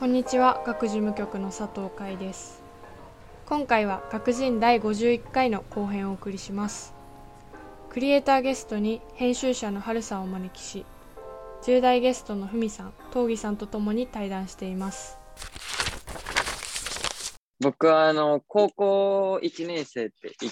こんにちは、学事務局の佐藤海です。今回は学人第51回の後編をお送りします。クリエイターゲストに編集者の春さんをお招きし、10代ゲストのふみさん、東儀さんとともに対談しています。 僕は高校1年生って言って、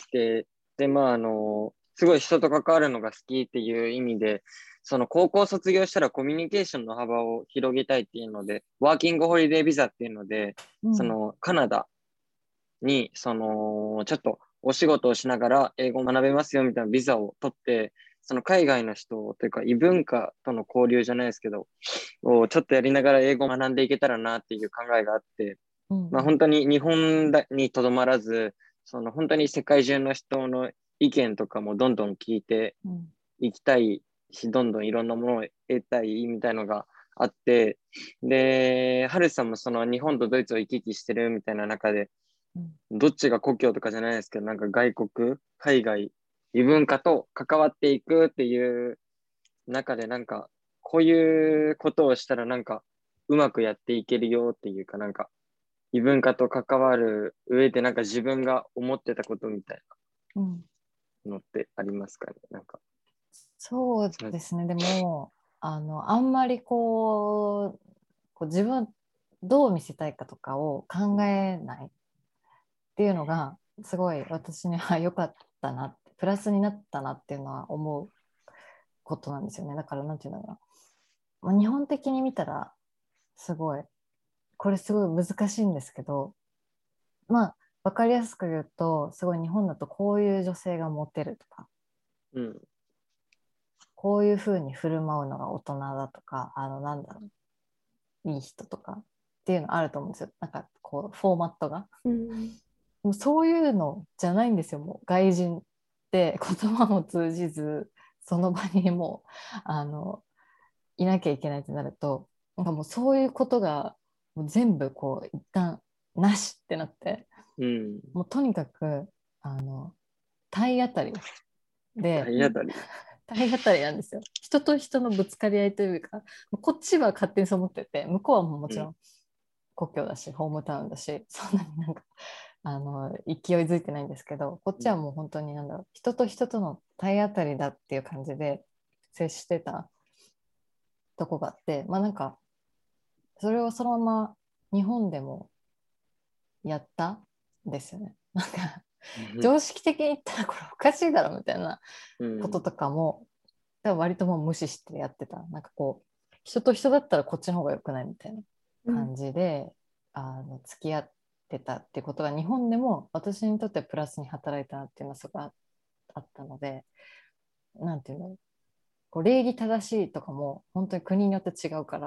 で、すごい人と関わるのが好きっていう意味で、その高校卒業したらコミュニケーションの幅を広げたいっていうので、ワーキングホリデービザっていうので、そのカナダに、ちょっとお仕事をしながら英語を学べますよみたいなビザを取って、その海外の人というか異文化との交流じゃないですけど、をちょっとやりながら英語を学んでいけたらなっていう考えがあって、本当に日本にとどまらず、本当に世界中の人の意見とかもどんどん聞いていきたいし、どんどんいろんなものを得たいみたいのがあって、で、ハルさんもその日本とドイツを行き来してるみたいな中で、どっちが故郷とかじゃないですけど、なんか外国、海外、異文化と関わっていくっていう中で、なんか、こういうことをしたらなんか、うまくやっていけるよっていうか、なんか、異文化と関わる上で、なんか自分が思ってたことみたいなのってありますかね、なんか。 そうですね。でもあんまりこう自分どう見せたいかとかを考えないっていうのがすごい私には良かったなって、プラスになったなっていうのは思うことなんですよね。だからなんていうんだろうな、日本的に見たらすごいこれすごい難しいんですけど、分かりやすく言うと、すごい日本だとこういう女性がモテるとか、こういうふうに振る舞うのが大人だとか、なんだろう、いい人とかっていうのあると思うんですよ。なんかこうフォーマットが。もうそういうのじゃないんですよ。もう外人って言葉も通じず、その場にもいなきゃいけないってなると、なんかもうそういうことがもう全部こう一旦なしってなって、もうとにかく体当たりで、体当たりなんですよ。人と人のぶつかり合いというか、こっちは勝手にそう思ってて、向こうはもちろん故郷だし、ホームタウンだし、そんなになんか勢いづいてないんですけど、こっちはもう本当になんだろう、人と人との体当たりだっていう感じで接してたとこがあって、なんかそれをそのまま日本でもやったんですよね。なんか常識的に言ったらこれおかしいだろみたいなこととかも、割ともう無視してやってた。なんかこう人と人だったらこっちの方が良くないみたいな感じで、付き合ってたっていうことが日本でも私にとってプラスに働いたなっていうのはすごいあったので、なんていうの、こう礼儀正しいとかも本当に国によって違うから、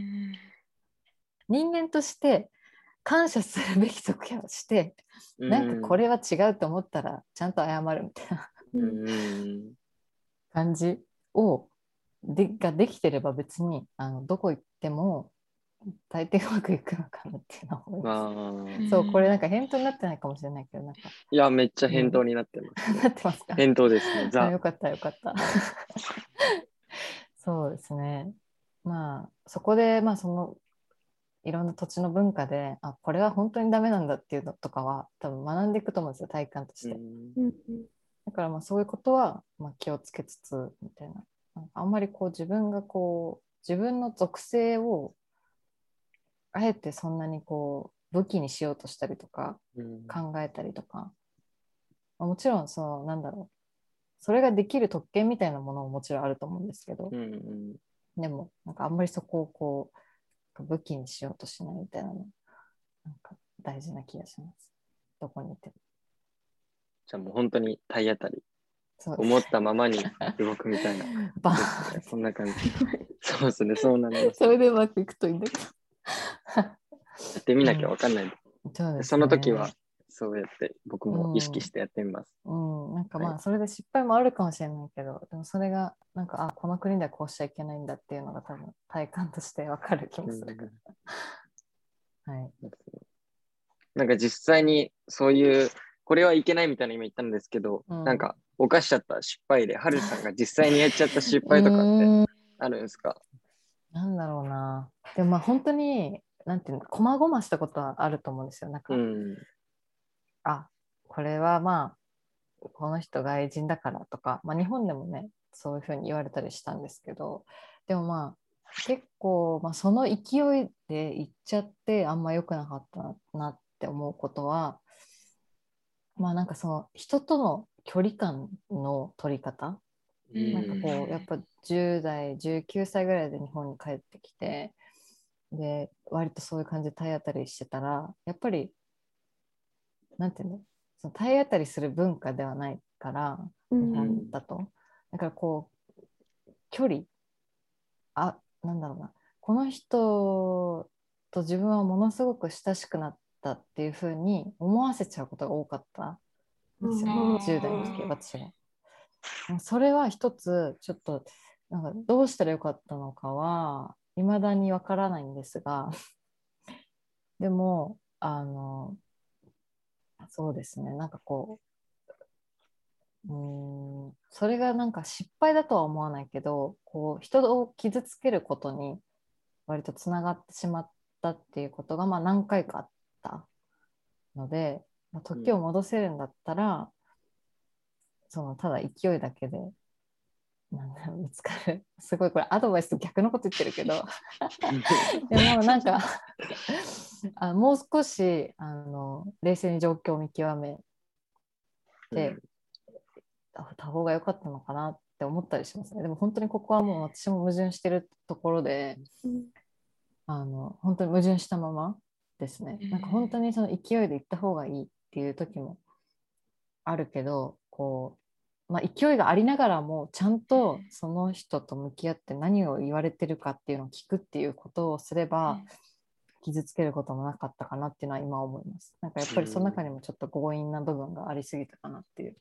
人間として感謝するべき時はして、なんかこれは違うと思ったらちゃんと謝るみたいな感じができてれば、別にどこ行っても大抵うまくいくのかなっていうのを思います。そう、これなんか返答になってないかもしれないけど、なんかいや、めっちゃ返答になってます、ね。 なってますか？ 返答ですね。 よかったよかった。そうですね。そこでそのいろんな土地の文化で、これは本当にダメなんだっていうのとかは多分学んでいくと思うんですよ、体感として。だからそういうことは気をつけつつみたいな。あんまりこう自分がこう自分の属性をあえてそんなにこう武器にしようとしたりとか考えたりとか、もちろんなんだろう、それができる特権みたいなものももちろんあると思うんですけど、でもなんかあんまりそこをこう武器にしようとしないみたいなのなんか大事な気がします、どこにいても。 じゃあもう本当に体当たり、思ったままに動くみたいなバーンそんな感じ。そうですね、そうなんです。 それでうまくいくといいんだけどやってみなきゃ分かんない、 そうですね、 その時はそうやって僕も意識してやってみます。 なんかそれで失敗もあるかもしれないけど、でもそれがなんかこの国ではこうしちゃいけないんだっていうのが多分体感として分かる気もするから、はい。 なんか実際にそういうこれはいけないみたいな今言ったんですけど、なんか犯しちゃった失敗で、はるさんが実際にやっちゃった失敗とかってあるんですか？ なんだろうな。でも本当になんていうの、こまごましたことはあると思うんですよ。なんか、あ、これはまあこの人外人だからとか、まあ、日本でもねそういうふうに言われたりしたんですけど、でもまあ結構、まあ、その勢いで行っちゃってあんま良くなかったなって思うことは、まあなんかその人との距離感の取り方、なんかこうやっぱ10代19歳ぐらいで日本に帰ってきて、で割とそういう感じで体当たりしてたら、やっぱりなんていうの、その体当たりする文化ではないから、日本だと。だからこう、距離、なんだろうな、この人と自分はものすごく親しくなったっていうふうに思わせちゃうことが多かったんですよ、10代の時、私は。それは一つ、ちょっと、なんかどうしたらよかったのかは、未だにわからないんですが、でも、そうですね、なんかこう、それがなんか失敗だとは思わないけど、こう人を傷つけることに割とつながってしまったっていうことがまあ何回かあったので、まあ、時を戻せるんだったら、そのただ勢いだけでなんだろう見つかる、すごいこれアドバイスと逆のこと言ってるけどでもなんかもう少し冷静に状況を見極めて、た方が良かったのかなって思ったりしますね。でも本当にここはもう私も矛盾してるところで、本当に矛盾したままですね。なんか本当にその勢いで行った方がいいっていう時もあるけど、こう、まあ、勢いがありながらもちゃんとその人と向き合って何を言われてるかっていうのを聞くっていうことをすれば、傷つけることもなかったかなっていうのは今思います。なんかやっぱりその中にもちょっと強引な部分がありすぎたかなっていう。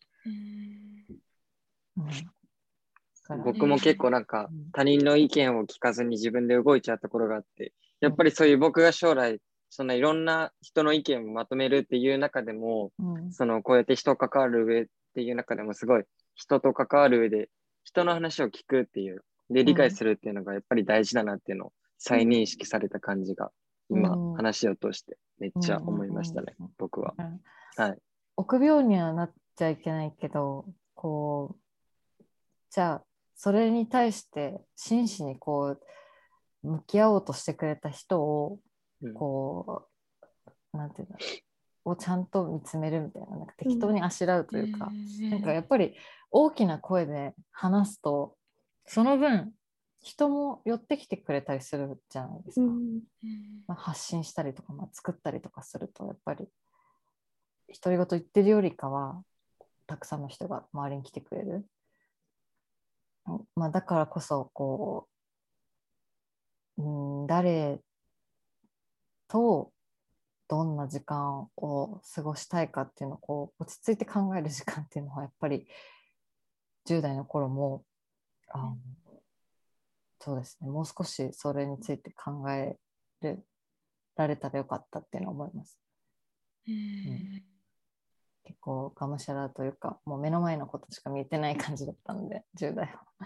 僕も結構なんか他人の意見を聞かずに自分で動いちゃうところがあって、やっぱりそういう僕が将来そんないろんな人の意見をまとめるっていう中でも、こうやって人と関わる上っていう中でもすごい人と関わる上で人の話を聞くっていうで理解するっていうのがやっぱり大事だなっていうのを再認識された感じが今話を通してめっちゃ思いましたね、僕は。はい。 臆病にはなっちゃいけないけど、こうじゃあそれに対して真摯にこう向き合おうとしてくれた人をこう、なんていうんだろう、をちゃんと見つめるみたいな、なんか適当にあしらうというか、なんかやっぱり大きな声で話すとその分人も寄ってきてくれたりするじゃないですか。まあ、発信したりとか、まあ、作ったりとかするとやっぱり独り言言ってるよりかはたくさんの人が周りに来てくれる。まあ、だからこそこう、誰とどんな時間を過ごしたいかっていうのをこう落ち着いて考える時間っていうのはやっぱり10代の頃もそうですね、もう少しそれについて考えられたらよかったっていうのは思います。結構がむしゃらというかもう目の前のことしか見えてない感じだったので10代は。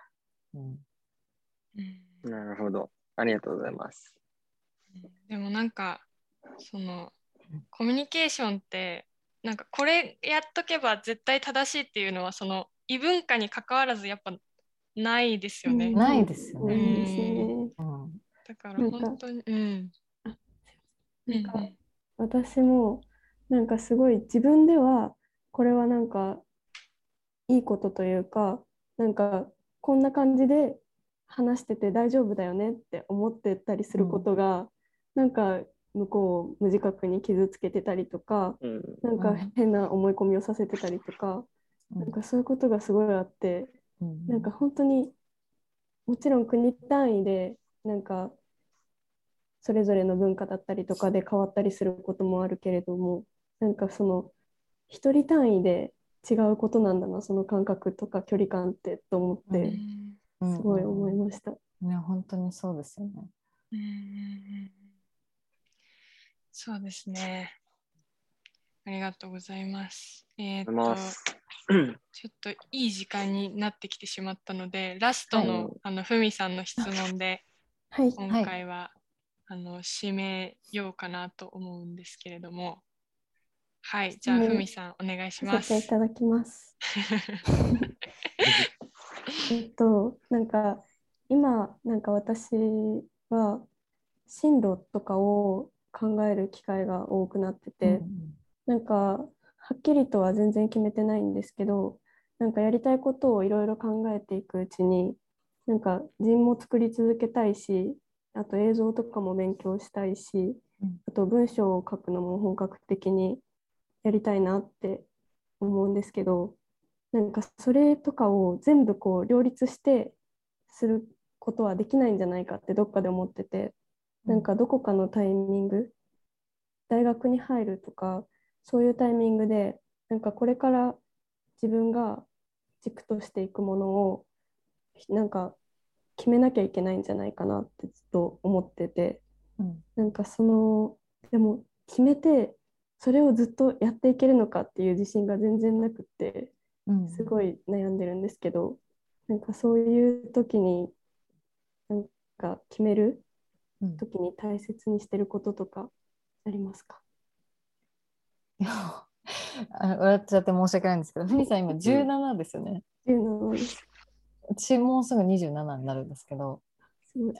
なるほど、ありがとうございます。 でもなんかそのコミュニケーションってなんかこれやっとけば絶対正しいっていうのはその異文化に関わらずやっぱないですよね。 ないですよね。 だから本当になんか私もなんかすごい自分ではこれはなんかいいことというか、なんかこんな感じで話してて大丈夫だよねって思ってたりすることが、なんか向こうを無自覚に傷つけてたりとか、なんか変な思い込みをさせてたりとか、なんかそういうことがすごいあって、なんか本当にもちろん国単位でなんかそれぞれの文化だったりとかで変わったりすることもあるけれども、なんかその一人単位で違うことなんだな、その感覚とか距離感ってと思ってすごい思いました。 ね、本当にそうですよね。 そうですね。ありがとうございます。ちょっといい時間になってきてしまったので、ラストのふみさんの質問で、今回は締めようかなと思うんですけれども、はい、じゃあふみさんお願いします。 させていただきます。なんか今なんか私は進路とかを考える機会が多くなってて、なんかはっきりとは全然決めてないんですけど、なんかやりたいことをいろいろ考えていくうちに、なんか人も作り続けたいし、あと映像とかも勉強したいし、あと文章を書くのも本格的にやりたいなって思うんですけど、なんかそれとかを全部こう両立してすることはできないんじゃないかってどっかで思ってて、なんかどこかのタイミング、大学に入るとか、そういうタイミングで、なんかこれから自分が軸としていくものを、なんか決めなきゃいけないんじゃないかなってずっと思ってて、なんかでも決めて、それをずっとやっていけるのかっていう自信が全然なくって、すごい悩んでるんですけど、なんかそういう時に、なんか決める時に大切にしてることとかありますか？ 笑っちゃって申し訳ないんですけど、ふみさん今17ですよね。 17です。 私もうすぐ27になるんですけど、 すごい。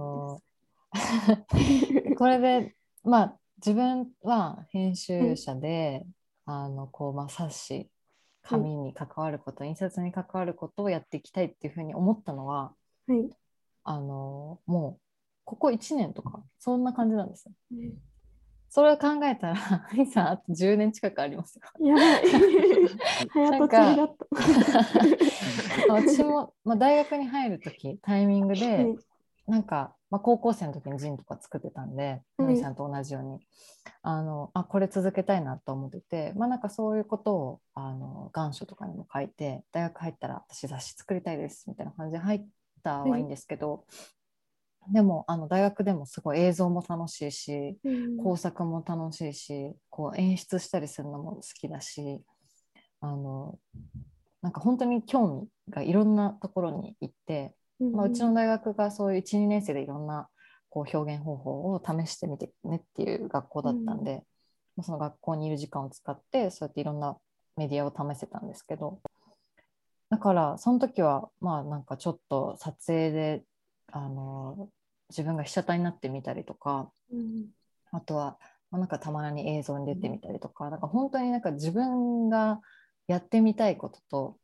これでまあ自分は編集者で、冊子、紙に関わること、印刷に関わることをやっていきたいっていうふうに思ったのは、 はい、 もうここ1年とかそんな感じなんですよ。それを考えたらふみさんあと10年近くありますよ。 やばい。早とちりだった。 私も、大学に入る時タイミングで、なんか、高校生の時にジンとか作ってたんで、ふみさんと同じようにこれ続けたいなと思ってて、なんかそういうことを願書とかにも書いて、大学入ったら私雑誌作りたいですみたいな感じで入ったはいいんですけど、でも大学でもすごい映像も楽しいし、工作も楽しいし、こう演出したりするのも好きだし、なんか本当に興味がいろんなところに行って、うちの大学がそういう1、2年生でいろんなこう表現方法を試してみてねっていう学校だったんで、その学校にいる時間を使ってそうやっていろんなメディアを試せたんですけど、だからその時はなんかちょっと撮影で自分が被写体になってみたりとか、あとはなんかたまに映像に出てみたりとか、なんか本当になんか自分がやってみたいことと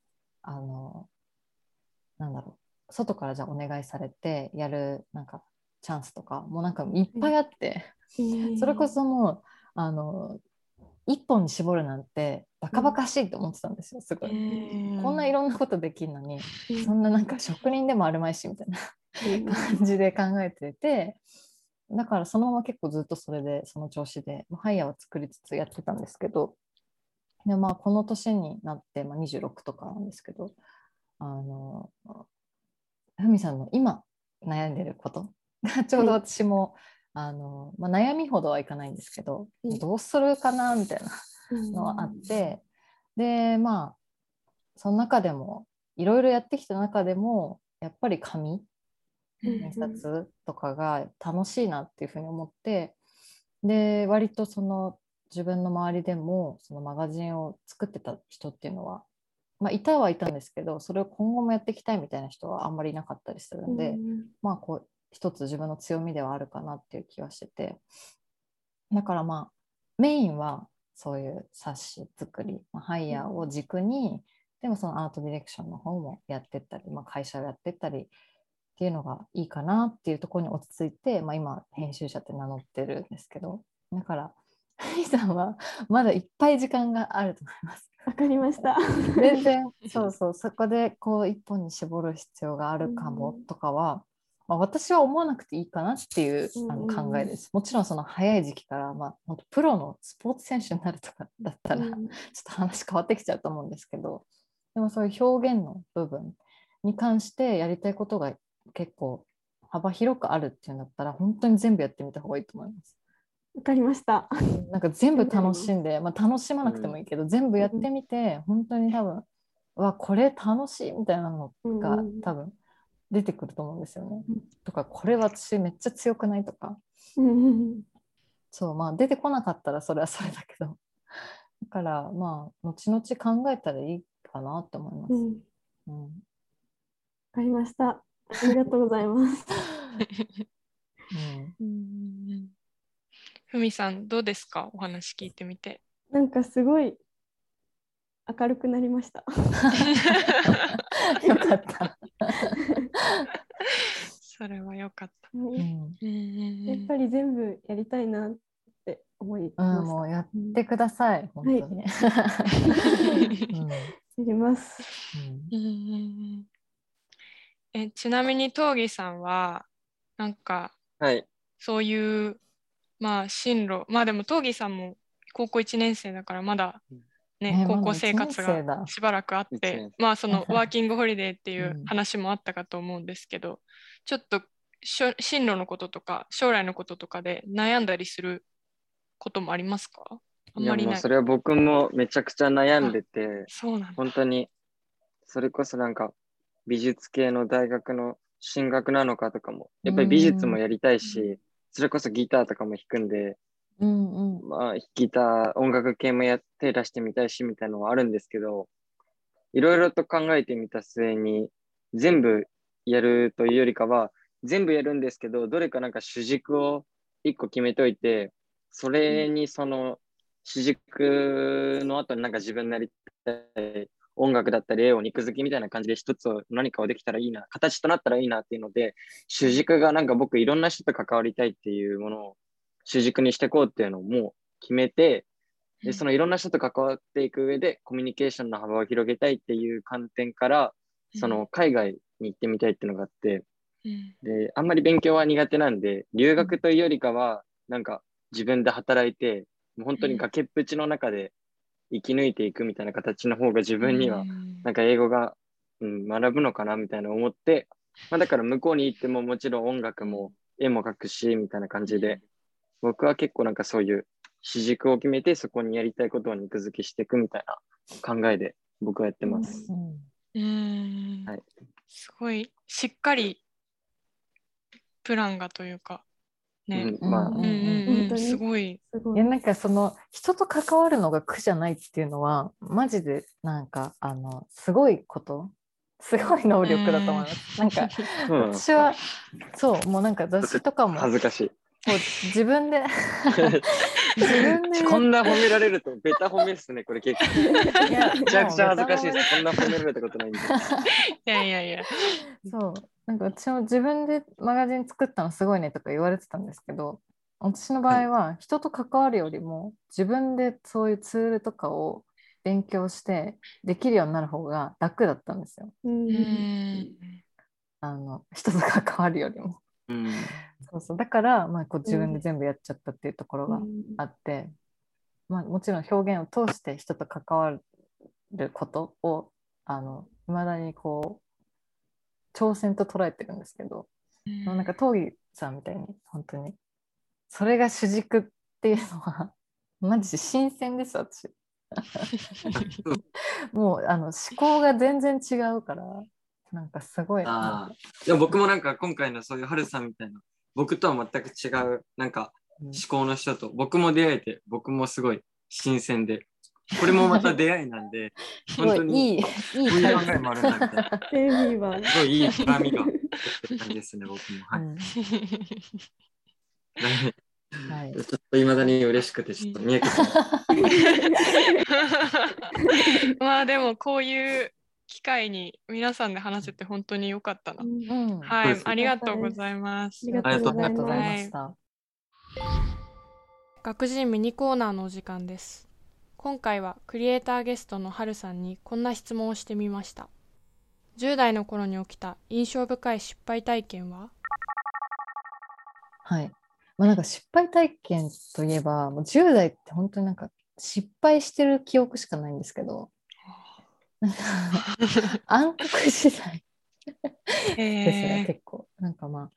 なんだろう、外からじゃあお願いされてやるなんかチャンスとかもなんかいっぱいあって、それこそもう一本に絞るなんてバカバカしいと思ってたんですよ、すごい。こんないろんなことできるのに、そんななんか職人でもあるまいしみたいな感じで考えてて、だからそのまま結構ずっとそれでその調子でハイヤーを作りつつやってたんですけど、でこの年になって、26とかなんですけど、ふみさんの今悩んでることがちょうど私も、悩みほどはいかないんですけど、どうするかなみたいなのはあって、でその中でもいろいろやってきた中でもやっぱり紙印刷とかが楽しいなっていうふうに思って、で割とその自分の周りでもそのマガジンを作ってた人っていうのは、いたはいたんですけど、それを今後もやっていきたいみたいな人はあんまりいなかったりするんで、こう一つ自分の強みではあるかなっていう気はしてて、だからメインはそういう冊子作り、ハイヤーを軸に、でもそのアートディレクションの方もやってったり、会社をやってったりっていうのがいいかなっていうところに落ち着いて、今編集者って名乗ってるんですけど、だからハリさんはまだいっぱい時間があると思います。 わかりました。 全然そこでこう一本に絞る必要があるかもとかは、私は思わなくていいかなっていう考えです。もちろんその早い時期から、本当プロのスポーツ選手になるとかだったら、ちょっと話変わってきちゃうと思うんですけど、でもそういう表現の部分に関してやりたいことが結構幅広くあるっていうんだったら、本当に全部やってみた方がいいと思います。 わかりました。 なんか全部楽しんで、楽しまなくてもいいけど、全部やってみて、本当に多分これ楽しいみたいなのが多分出てくると思うんですよね。とかこれ私めっちゃ強くないとか、そうまあ出てこなかったらそれはそれだけど、だからまあ後々考えたらいいかなって思います。 わかりました。ありがとうございます。 ふみさんどうですか、お話聞いてみて。 なんかすごい明るくなりました。 よかった。 それはよかった。 やっぱり全部やりたいなって思いました。 もうやってください、本当に。 やります。 ちなみに東儀さんはなんか、そういうまあ進路、まあでも東儀さんも高校1年生だからまだね、高校生活がしばらくあって、まあそのワーキングホリデーっていう話もあったかと思うんですけど、ちょっと進路のこととか将来のこととかで悩んだりすることもありますか？あんまりない。 いやもうそれは僕もめちゃくちゃ悩んでて、 そうなんだ。 本当にそれこそなんか美術系の大学の進学なのかとかも、やっぱり美術もやりたいし、それこそギターとかも弾くんで、まあギター、音楽系も手出してみたいしみたいなのはあるんですけど、いろいろと考えてみた末に、全部やるというよりかは、全部やるんですけど、どれかなんか主軸を一個決めといて、それにその主軸の後になんか自分なりたい音楽だったり絵を肉付きみたいな感じで一つを何かをできたらいいな、形となったらいいなっていうので、主軸がなんか僕いろんな人と関わりたいっていうものを主軸にしていこうっていうのをもう決めて、で、そのいろんな人と関わっていく上でコミュニケーションの幅を広げたいっていう観点から、その海外に行ってみたいっていうのがあって、で、あんまり勉強は苦手なんで、留学というよりかは、なんか自分で働いて、もう本当に崖っぷちの中で生き抜いていくみたいな形の方が自分には、なんか英語が、学ぶのかなみたいな思って、まあだから向こうに行ってももちろん音楽も絵も描くし、みたいな感じで、僕は結構なんかそういう主軸を決めてそこにやりたいことを肉付けしていくみたいな考えで僕はやってます。 すごいしっかりプランがというかね、すごい。 いやなんかその人と関わるのが苦じゃないっていうのはマジでなんかすごいことすごい能力だと思います。なんか私はそうもうなんか雑誌とかも恥ずかしい。 自分でこんな褒められるとベタ褒めですねこれ結構。めちゃくちゃ恥ずかしいです。こんな褒められたことないんで。 いや。 そうなんか私も自分でマガジン作ったのすごいねとか言われてたんですけど、私の場合は人と関わるよりも自分でそういうツールとかを勉強してできるようになる方が楽だったんですよ。人と関わるよりも。そうだから、まあ、こう自分で全部やっちゃったっていうところがあって、まあ、もちろん表現を通して人と関わることをいまだにこう挑戦と捉えてるんですけど、なんか東儀さんみたいに本当にそれが主軸っていうのはマジで新鮮です私。もう思考が全然違うからなんかすごい。 でも僕もなんか今回のそういう春さんみたいな僕とは全く違うなんか思考の人と僕も出会えて僕もすごい新鮮で、これもまた出会いなんで本当にこういう考えもあるんだみたいなすごいいい絡みがってる感じですね僕も。はい、ちょっといまだに嬉しくてちょっと見えてまあでもこういう機会に皆さんで話せて本当に良かったな。はい、ありがとうございます。 ありがとうございました。 学人ミニコーナーのお時間です。今回はクリエイターゲストのはるさんにこんな質問をしてみました。10代の頃に起きた印象深い失敗体験は？ はい。まあなんか失敗体験といえば、もう10代って本当になんか失敗してる記憶しかないんですけど、暗黒時代ですね、結構。なんかまあ、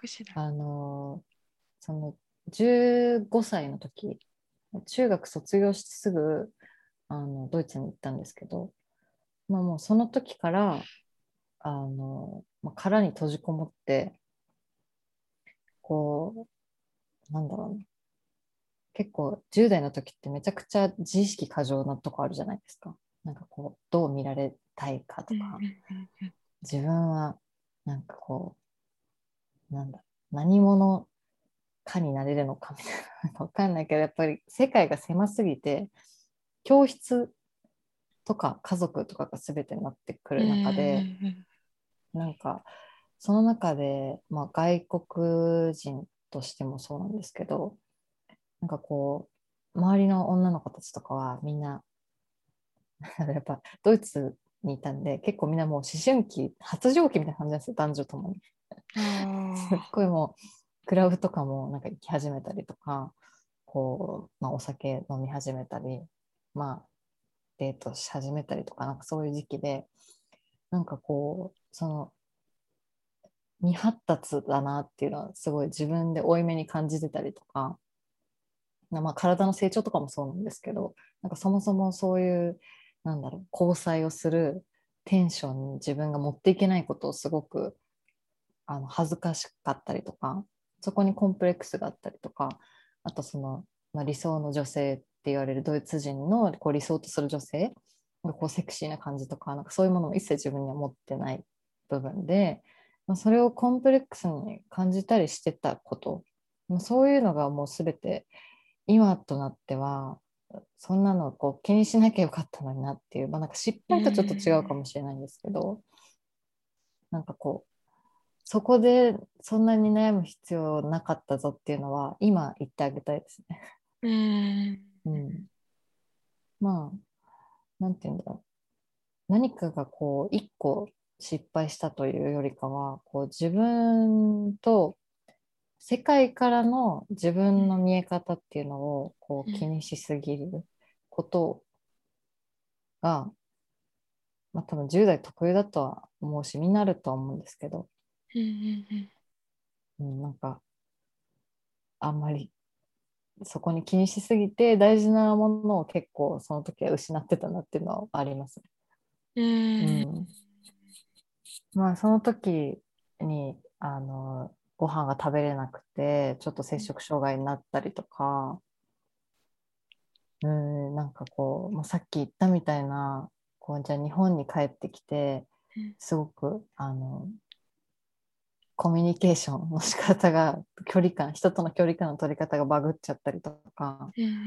その15歳の時、中学卒業してすぐドイツに行ったんですけど、まあもうその時から殻に閉じこもってこうなんだろうな、結構10代の時ってめちゃくちゃ自意識過剰なとこあるじゃないですか。なんかこうどう見られたいかとか、自分はなんかこうなんだ何者かになれるのかみたいな、分かんないけど、やっぱり世界が狭すぎて教室とか家族とかが全てになってくる中で、なんかその中で、外国人としてもそうなんですけど、なんかこう周りの女の子たちとかはみんなやっぱドイツにいたんで、結構みんなもう思春期発情期みたいな感じなんですよ、男女ともに。すっごいもうクラブとかもなんか行き始めたりとか、こう、お酒飲み始めたり、デートし始めたりとか、なんかそういう時期で、なんかこうその未発達だなっていうのはすごい自分で負い目に感じてたりとか、体の成長とかもそうなんですけど、なんかそもそもそういう交際をするテンションに自分が持っていけないことをすごく恥ずかしかったりとか、そこにコンプレックスがあったりとか、あと理想の女性って言われるドイツ人のこう理想とする女性がこうセクシーな感じとか、なんかそういうものを一切自分には持ってない部分で、それをコンプレックスに感じたりしてたこと、そういうのがもう全て今となってはそんなのこう気にしなきゃよかったのになっていう、なんか失敗とちょっと違うかもしれないんですけど、なんかこうそこでそんなに悩む必要なかったぞっていうのは今言ってあげたいですね。なんていうんだろう、何かがこう一個失敗したというよりかは、こう自分と世界からの自分の見え方っていうのをこう気にしすぎることが、多分10代特有だとは思うし、みんなあるとは思うんですけど、なんかあんまりそこに気にしすぎて大事なものを結構その時は失ってたなっていうのはありますね。その時にご飯が食べれなくてちょっと摂食障害になったりとか、なんかこう、さっき言ったみたいなこうじゃあ日本に帰ってきてすごくコミュニケーションの仕方が人との距離感の取り方がバグっちゃったりとか、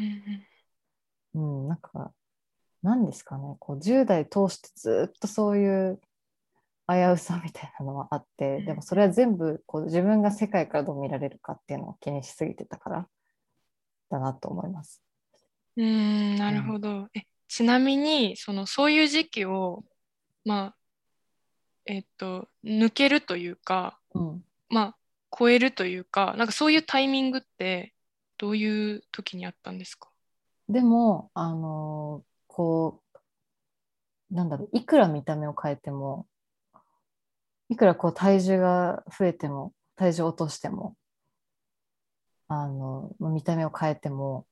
なんか何ですかね、こう10代通してずっとそういう危うさみたいなのはあって、でもそれは全部こう自分が世界からどう見られるかっていうのを気にしすぎてたからだなと思います。 なるほど。ちなみにそういう時期を抜けるというか、超えるというか、なんかそういうタイミングってどういう時にあったんですか？ でもこういくら見た目を変えても、いくらこう体重が増えても、体重を落としても、見た目を変えても、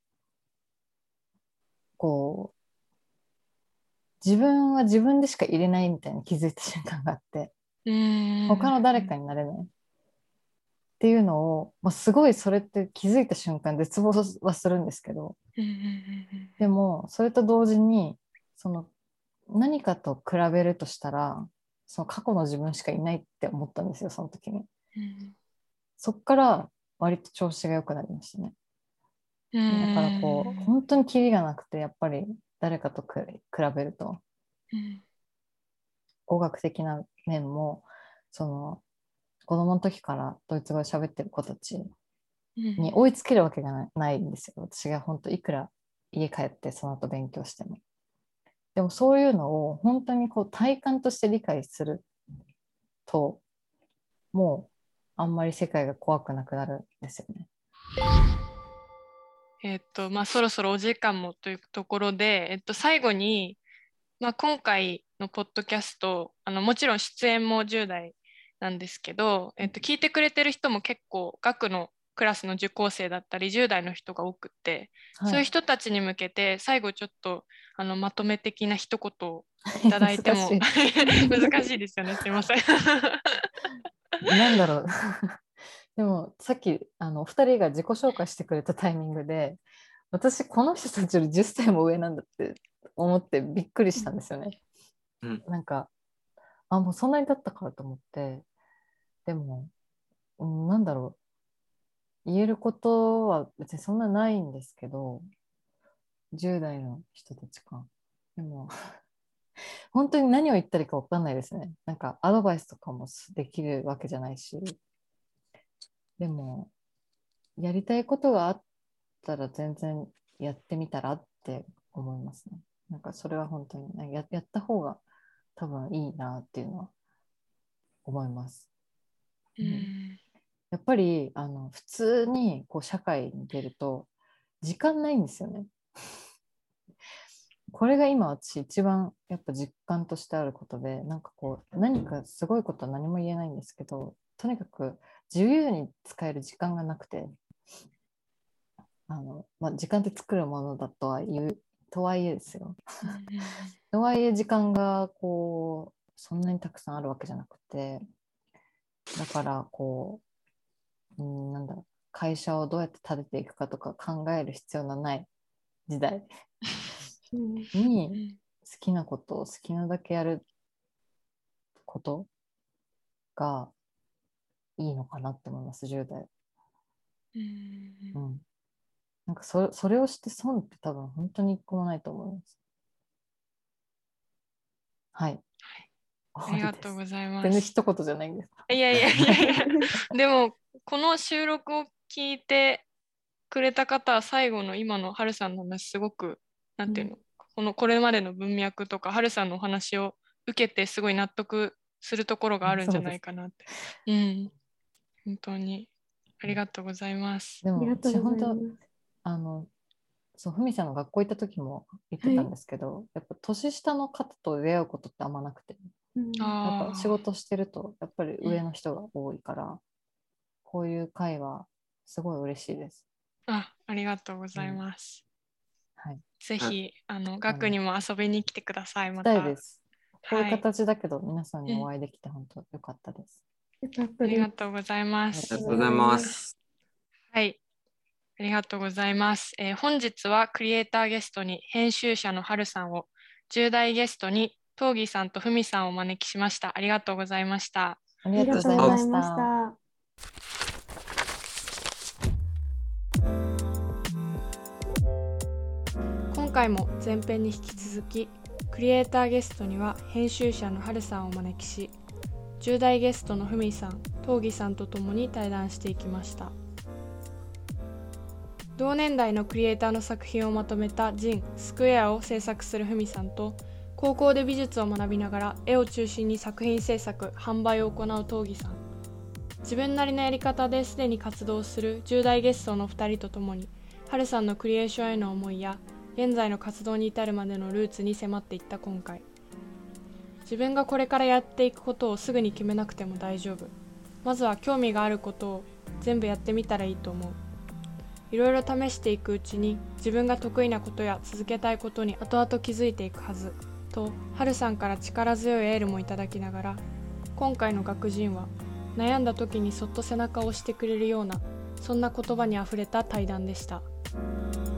こう自分は自分でしか入れないみたいに気づいた瞬間があって、他の誰かになれないっていうのを、すごいそれって気づいた瞬間絶望はするんですけど、でもそれと同時に何かと比べるとしたらその過去の自分しかいないって思ったんですよ、その時に。そっから割と調子が良くなりましたね。だからこう本当にキリがなくて、やっぱり誰かと比べると、語学的な面も子供の時からドイツ語で喋ってる子たちに追いつけるわけがないんですよ。私が本当いくら家帰ってその後勉強しても。でもそういうのを本当にこう体感として理解すると、もうあんまり世界が怖くなくなるんですよね。 そろそろお時間もというところで、最後に、今回のポッドキャスト、もちろん出演も10代なんですけど、聞いてくれてる人も結構学のクラスの受講生だったり10代の人が多くて、そういう人たちに向けて最後ちょっとまとめ的な一言いただいても難難しいですよね。すいません。 なんだろうでもさっきお二人が自己紹介してくれたタイミングで、私この人たちより10歳も上なんだって思ってびっくりしたんですよね。なんかもうそんなに経ったかと思って。でも、なんだろう、言えることは別にそんなないんですけど、10代の人たちか。でも本当に何を言ったらいいか分かんないですね。なんかアドバイスとかもできるわけじゃないし、でもやりたいことがあったら全然やってみたらって思いますね。なんかそれは本当にやった方が多分いいなっていうのは思います。やっぱり普通にこう社会に出ると時間ないんですよね。これが今私一番やっぱ実感としてあることで、なんかこう何かすごいことは何も言えないんですけど、とにかく自由に使える時間がなくて、時間って作るものだとはいえですよ。とはいえ時間がこうそんなにたくさんあるわけじゃなくて、だからこう、なんだろう、会社をどうやって立てていくかとか考える必要のない時代に好きなことを好きなだけやることがいいのかなって思います、10代。なんかそれをして損って多分本当に一個もないと思います。はい。 ありがとうございます。 全然一言じゃないんです。 いやでもこの収録を聞いてくれた方は最後の今のはるさんの話すごくなんていうの、これまでの文脈とかはるさんのお話を受けてすごい納得するところがあるんじゃないかなって。本当にありがとうございます。 でも私本当そうふみさんの学校行った時も言ってたんですけど、やっぱ年下の方と出会うことってあんまなくて、やっぱ仕事してるとやっぱり上の人が多いから、こういう会はすごい嬉しいです。 ありがとうございます。 はい。 ぜひ学にも遊びに来てください。また。したいです。こういう形だけど、皆さんにお会いできて本当良かったです。 ありがとうございます。 ありがとうございます。 はい。ありがとうございます。本日はクリエイターゲストに編集者のはるさんを、10代ゲストにとうぎさんとふみさんをお招きしました。ありがとうございました。 ありがとうございました。 今回も前編に引き続き、クリエイターゲストには編集者のはるさんをお招きし、10代ゲストのふみさん、とうぎさんとともに対談していきました。同年代のクリエイターの作品をまとめたジン・スクエアを制作するふみさんと、高校で美術を学びながら絵を中心に作品制作・販売を行うとうぎさん。自分なりのやり方ですでに活動する10代ゲストの2人とともに、はるさんのクリエーションへの思いや現在の活動に至るまでのルーツに迫っていった今回。自分がこれからやっていくことをすぐに決めなくても大丈夫。まずは興味があることを全部やってみたらいいと思う。いろいろ試していくうちに自分が得意なことや続けたいことに後々気づいていくはずと、はるさんから力強いエールもいただきながら、今回の学人は悩んだ時にそっと背中を押してくれるような、そんな言葉にあふれた対談でした。